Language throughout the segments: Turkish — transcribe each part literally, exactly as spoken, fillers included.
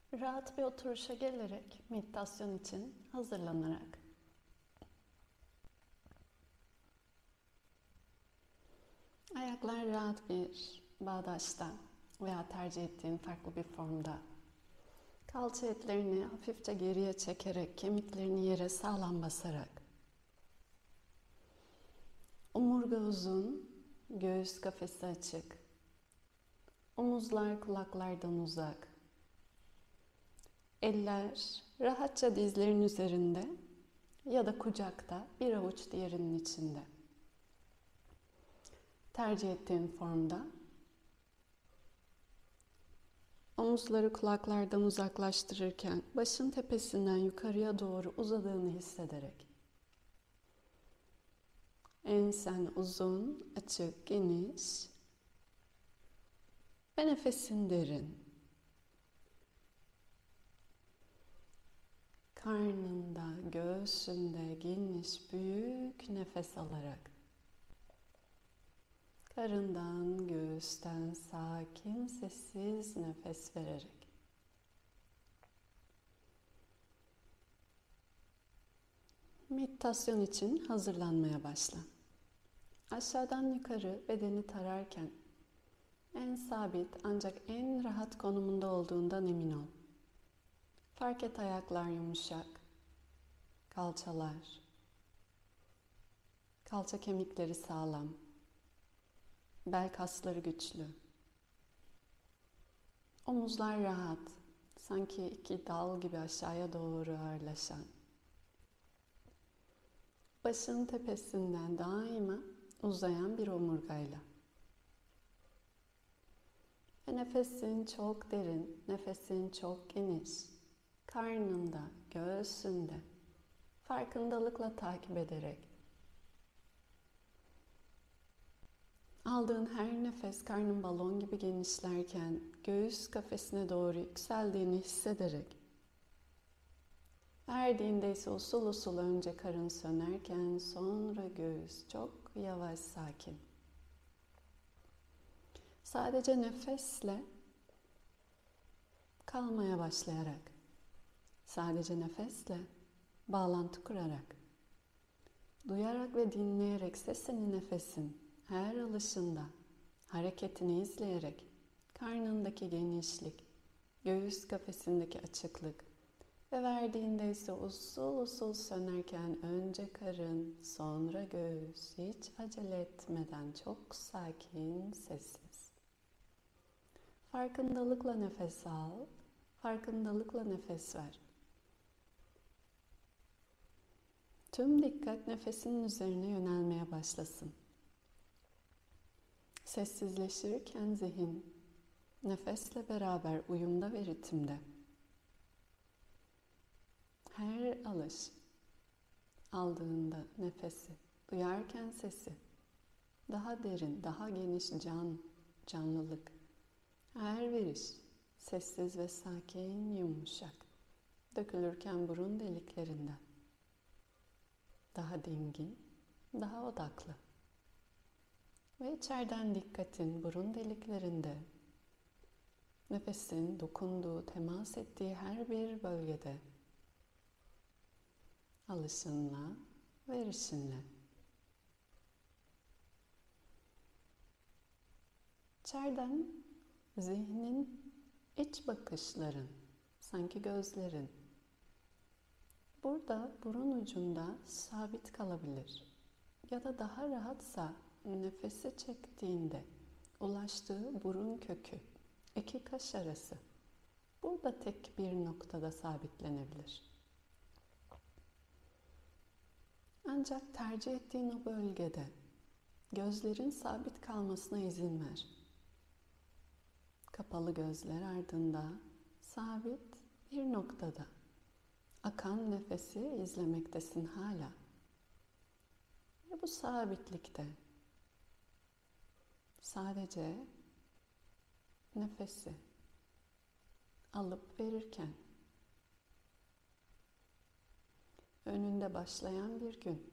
Rahat bir oturuşa gelerek meditasyon için hazırlanarak ayaklar rahat bir bağdaşta veya tercih ettiğin farklı bir formda, kalça etlerini hafifçe geriye çekerek kemiklerini yere sağlam basarak, omurga uzun, göğüs kafesi açık, omuzlar kulaklardan uzak, eller rahatça dizlerin üzerinde ya da kucakta, bir avuç diğerinin içinde. Tercih ettiğin formda omuzları kulaklardan uzaklaştırırken başın tepesinden yukarıya doğru uzadığını hissederek ensen uzun, açık, geniş ve nefesin derin. Karnında, göğsünde geniş, büyük nefes alarak karından, göğüsten sakin, sessiz nefes vererek meditasyon için hazırlanmaya başla. Aşağıdan yukarı bedeni tararken en sabit ancak en rahat konumunda olduğundan emin ol. Fark et ayaklar yumuşak, kalçalar, kalça kemikleri sağlam, bel kasları güçlü. Omuzlar rahat, sanki iki dal gibi aşağıya doğru ağırlaşan. Başın tepesinden daima uzayan bir omurgayla. Ve nefesin çok derin, nefesin çok geniş. Karnında, göğsünde farkındalıkla takip ederek aldığın her nefes karnın balon gibi genişlerken göğüs kafesine doğru yükseldiğini hissederek verdiğinde ise usul usul önce karın sönerken sonra göğüs çok yavaş sakin. Sadece nefesle kalmaya başlayarak, sadece nefesle bağlantı kurarak, duyarak ve dinleyerek sesini nefesin her alışında hareketini izleyerek karnındaki genişlik, göğüs kafesindeki açıklık ve verdiğinde ise usul usul sönerken önce karın, sonra göğüs, hiç acele etmeden çok sakin, sessiz. Farkındalıkla nefes al, farkındalıkla nefes ver. Tüm dikkat nefesinin üzerine yönelmeye başlasın. Sessizleşirken zihin, nefesle beraber uyumda ve ritimde. Her alış, aldığında nefesi, duyarken sesi, daha derin, daha geniş can, canlılık. Her veriş, sessiz ve sakin, yumuşak. Dökülürken burun deliklerinden. Daha dingin, daha odaklı. Ve içeriden dikkatin burun deliklerinde, nefesin dokunduğu, temas ettiği her bir bölgede, alışınla, verişinle. İçeriden zihnin iç bakışların, sanki gözlerin, burada burun ucunda sabit kalabilir. Ya da daha rahatsa nefesi çektiğinde ulaştığı burun kökü, iki kaş arası, burada tek bir noktada sabitlenebilir. Ancak tercih ettiğin o bölgede gözlerin sabit kalmasına izin ver. Kapalı gözler ardında sabit bir noktada akan nefesi izlemektesin hala. Ve bu sabitlikte sadece nefesi alıp verirken önünde başlayan bir gün,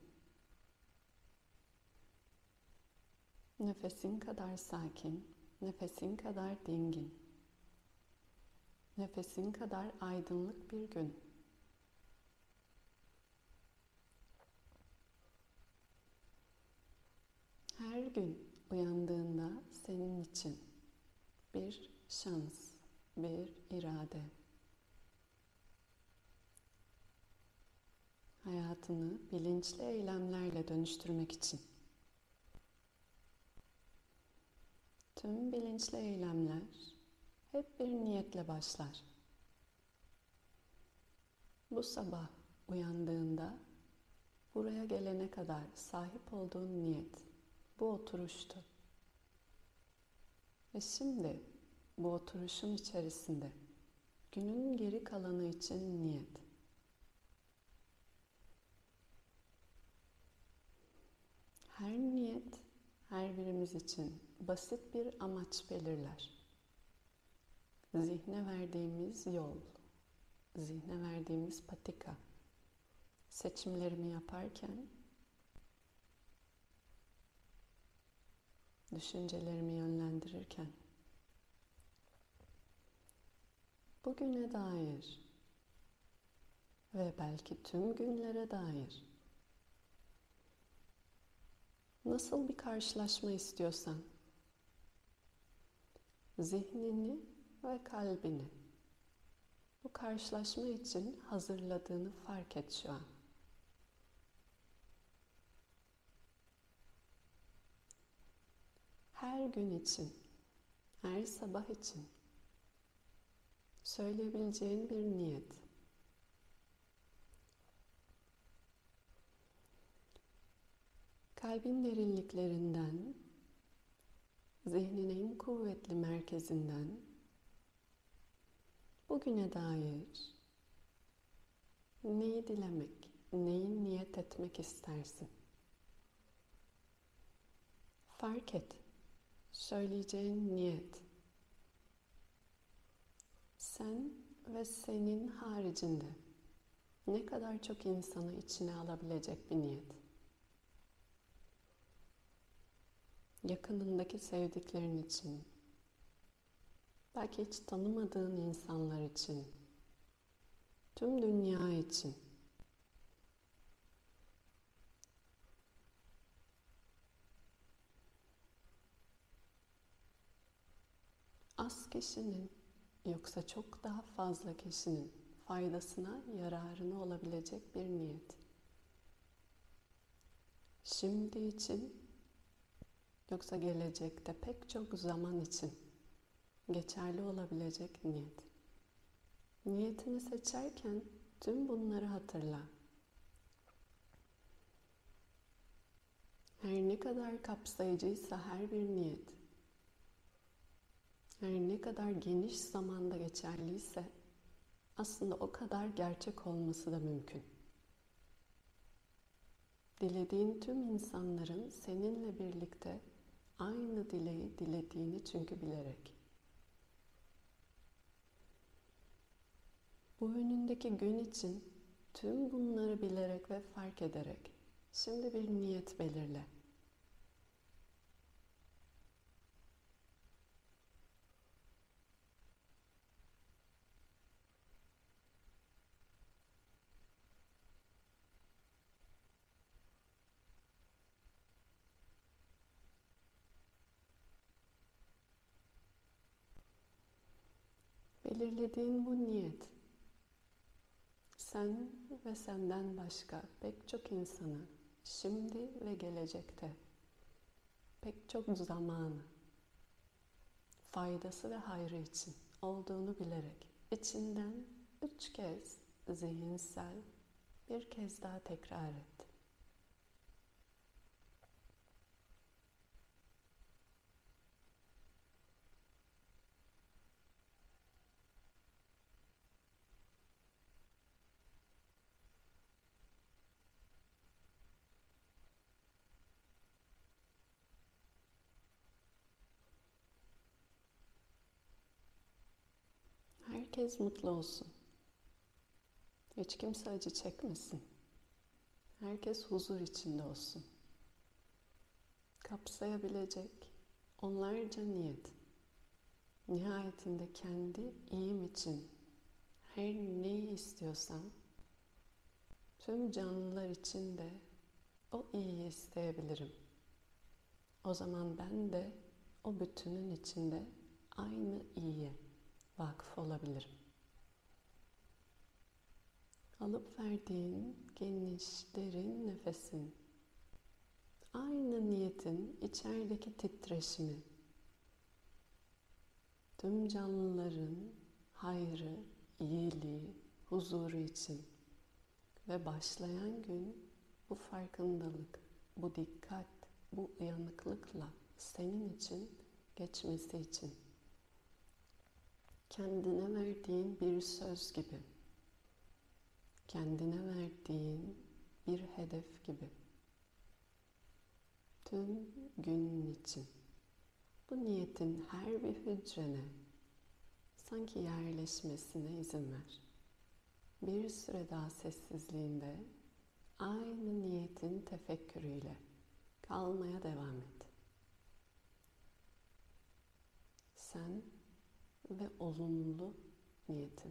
nefesin kadar sakin, nefesin kadar dingin, Nefesin kadar aydınlık bir gün. Her gün uyandığında senin için bir şans, bir irade. Hayatını bilinçli eylemlerle dönüştürmek için. Tüm bilinçli eylemler hep bir niyetle başlar. Bu sabah uyandığında buraya gelene kadar sahip olduğun niyet bu oturuştu. Ve şimdi bu oturuşun içerisinde günün geri kalanı için niyet. Her niyet her birimiz için basit bir amaç belirler. Zihne verdiğimiz yol, zihne verdiğimiz patika. Seçimlerimi yaparken, düşüncelerimi yönlendirirken, bugüne dair ve belki tüm günlere dair nasıl bir karşılaşma istiyorsan, zihnini ve kalbini bu karşılaşma için hazırladığını fark et şu an. Her gün için, her sabah için söyleyebileceğin bir niyet. Kalbin derinliklerinden, zihnin en kuvvetli merkezinden bugüne dair neyi dilemek, neyi niyet etmek istersin? Fark et, söyleyeceğin niyet. Sen ve senin haricinde ne kadar çok insanı içine alabilecek bir niyet. Yakınındaki sevdiklerin için, belki hiç tanımadığın insanlar için, tüm dünya için. Az kişinin yoksa çok daha fazla kişinin faydasına, yararına olabilecek bir niyet. Şimdi için yoksa gelecekte pek çok zaman için geçerli olabilecek niyet. Niyetini seçerken tüm bunları hatırla. Her ne kadar kapsayıcıysa her bir niyet, her ne kadar geniş zamanda geçerliyse aslında o kadar gerçek olması da mümkün. Dilediğin tüm insanların seninle birlikte aynı dileği dilediğini çünkü bilerek. Bu önündeki gün için tüm bunları bilerek ve fark ederek şimdi bir niyet belirle. Belirlediğin bu niyet, sen ve senden başka pek çok insanı şimdi ve gelecekte pek çok zamanı faydası ve hayrı için olduğunu bilerek içinden üç kez zihinsel bir kez daha tekrar et. Herkes mutlu olsun. Hiç kimse acı çekmesin. Herkes huzur içinde olsun. Kapsayabilecek onlarca niyet. Nihayetinde kendi iyim için her neyi istiyorsam, tüm canlılar için de o iyiyi isteyebilirim. O zaman ben de o bütünün içinde aynı iyiye vakıf olabilirim. Alıp verdiğin geniş, derin nefesin, aynı niyetin içerideki titreşimi, tüm canlıların hayrı, iyiliği, huzuru için ve başlayan gün bu farkındalık, bu dikkat, bu uyanıklıkla senin için geçmesi için kendine verdiğin bir söz gibi, kendine verdiğin bir hedef gibi tüm günün için bu niyetin her bir hücrene sanki yerleşmesine izin ver. Bir süre daha sessizliğinde aynı niyetin tefekkürüyle kalmaya devam et. Sen ve olumlu niyetin.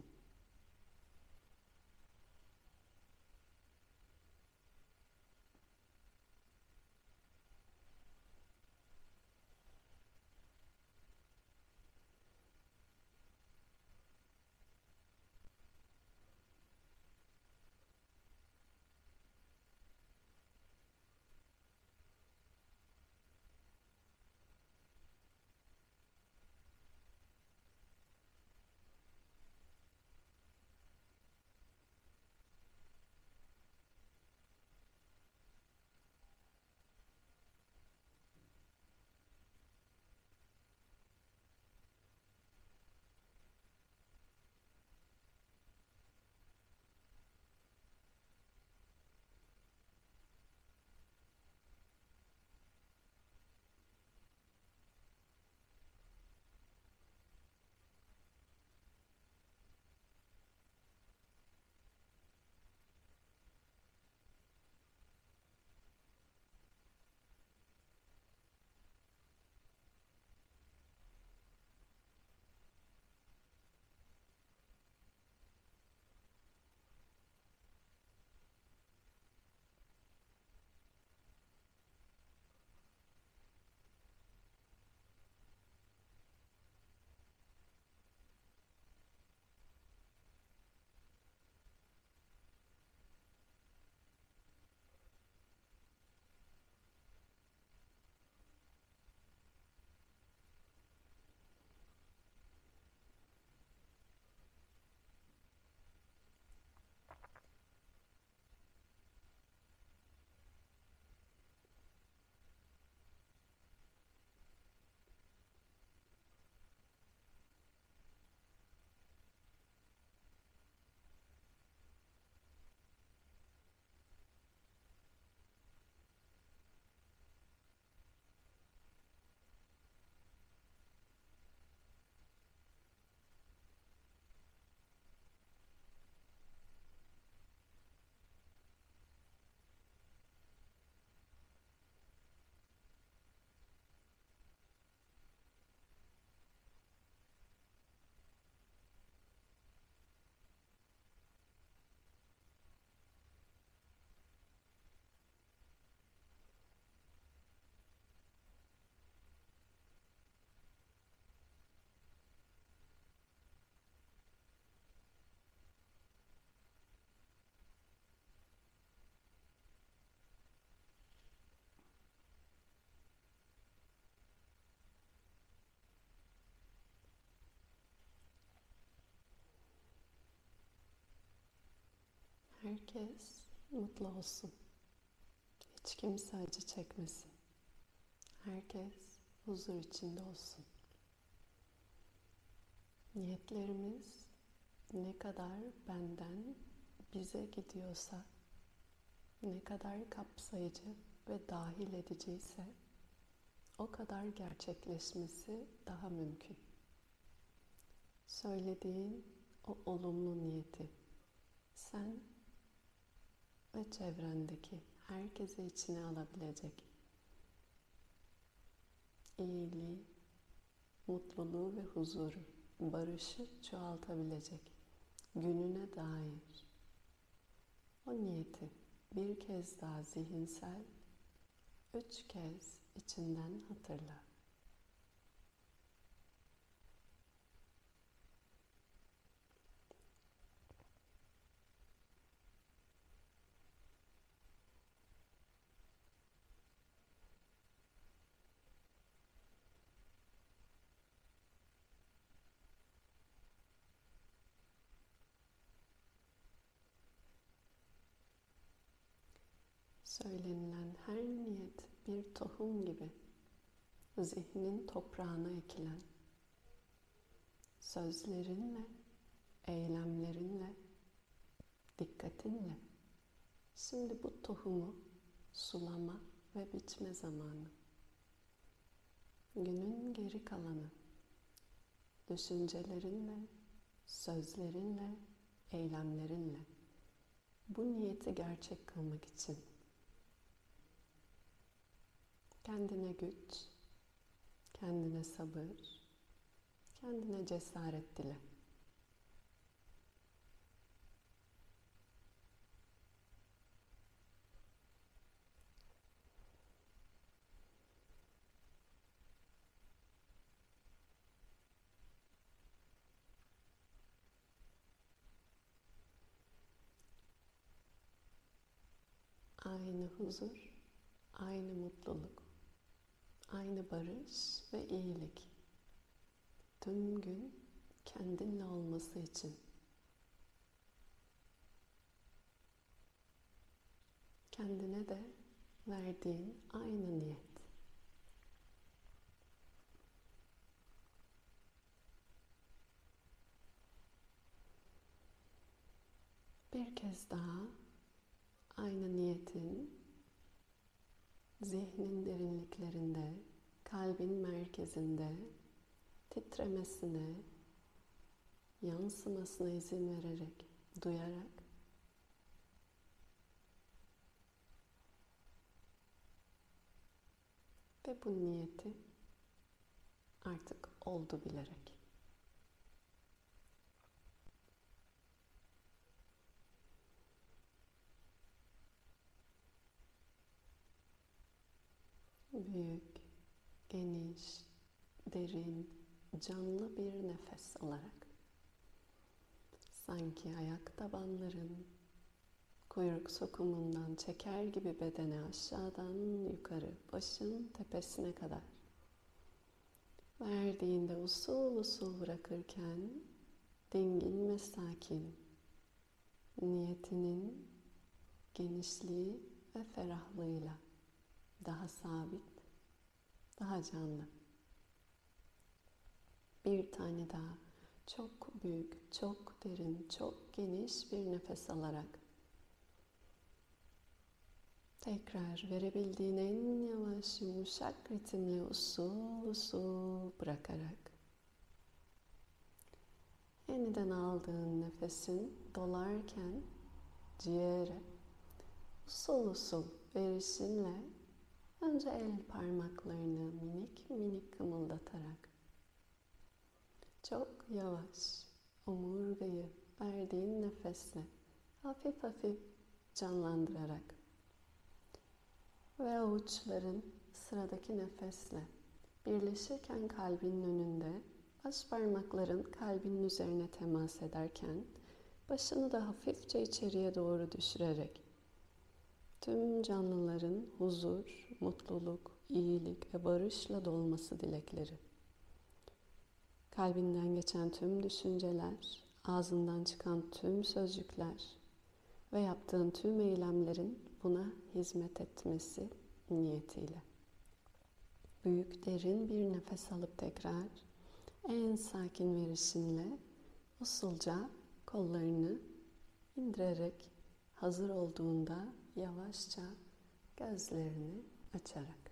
Herkes mutlu olsun. Hiç kimse acı çekmesin. Herkes huzur içinde olsun. Niyetlerimiz ne kadar benden bize gidiyorsa, ne kadar kapsayıcı ve dahil ediciyse o kadar gerçekleşmesi daha mümkün. Söylediğin o olumlu niyeti sen ve çevrendeki herkesi içine alabilecek iyiliği, mutluluğu ve huzuru, barışı çoğaltabilecek gününe dair o niyeti bir kez daha zihinsel, üç kez içinden hatırla. Söylenilen her niyet bir tohum gibi zihnin toprağına ekilen, sözlerinle, eylemlerinle, dikkatinle şimdi bu tohumu sulama ve biçme zamanı. Günün geri kalanı düşüncelerinle, sözlerinle, eylemlerinle bu niyeti gerçek kılmak için kendine güç, kendine sabır, kendine cesaret dile. Aynı huzur, aynı mutluluk, aynı barış ve iyilik. Tüm gün kendinle olması için. Kendine de verdiğin aynı niyet. Bir kez daha aynı niyetin zihnin derinliklerinde, kalbin merkezinde titremesine, yansımasına izin vererek, duyarak ve bu niyeti artık oldu bilerek. Büyük, geniş, derin, canlı bir nefes alarak sanki ayak tabanların kuyruk sokumundan çeker gibi bedeni aşağıdan yukarı, başın tepesine kadar verdiğinde usul usul bırakırken dingin ve sakin, niyetinin genişliği ve ferahlığıyla daha sabit, daha canlı. Bir tane daha çok büyük, çok derin, çok geniş bir nefes alarak tekrar verebildiğin en yavaş, yumuşak ritimle usul usul bırakarak yeniden aldığın nefesin dolarken ciğere usul usul verişinle önce el parmaklarını minik minik kımıldatarak çok yavaş omurgayı verdiğin nefesle hafif hafif canlandırarak ve avuçların sıradaki nefesle birleşirken kalbinin önünde, baş parmakların kalbinin üzerine temas ederken başını da hafifçe içeriye doğru düşürerek tüm canlıların huzur, mutluluk, iyilik ve barışla dolması dilekleri. Kalbinden geçen tüm düşünceler, ağzından çıkan tüm sözcükler ve yaptığın tüm eylemlerin buna hizmet etmesi niyetiyle. Büyük derin bir nefes alıp tekrar en sakin verişinle usulca kollarını indirerek hazır olduğunda yavaşça gözlerini açarak.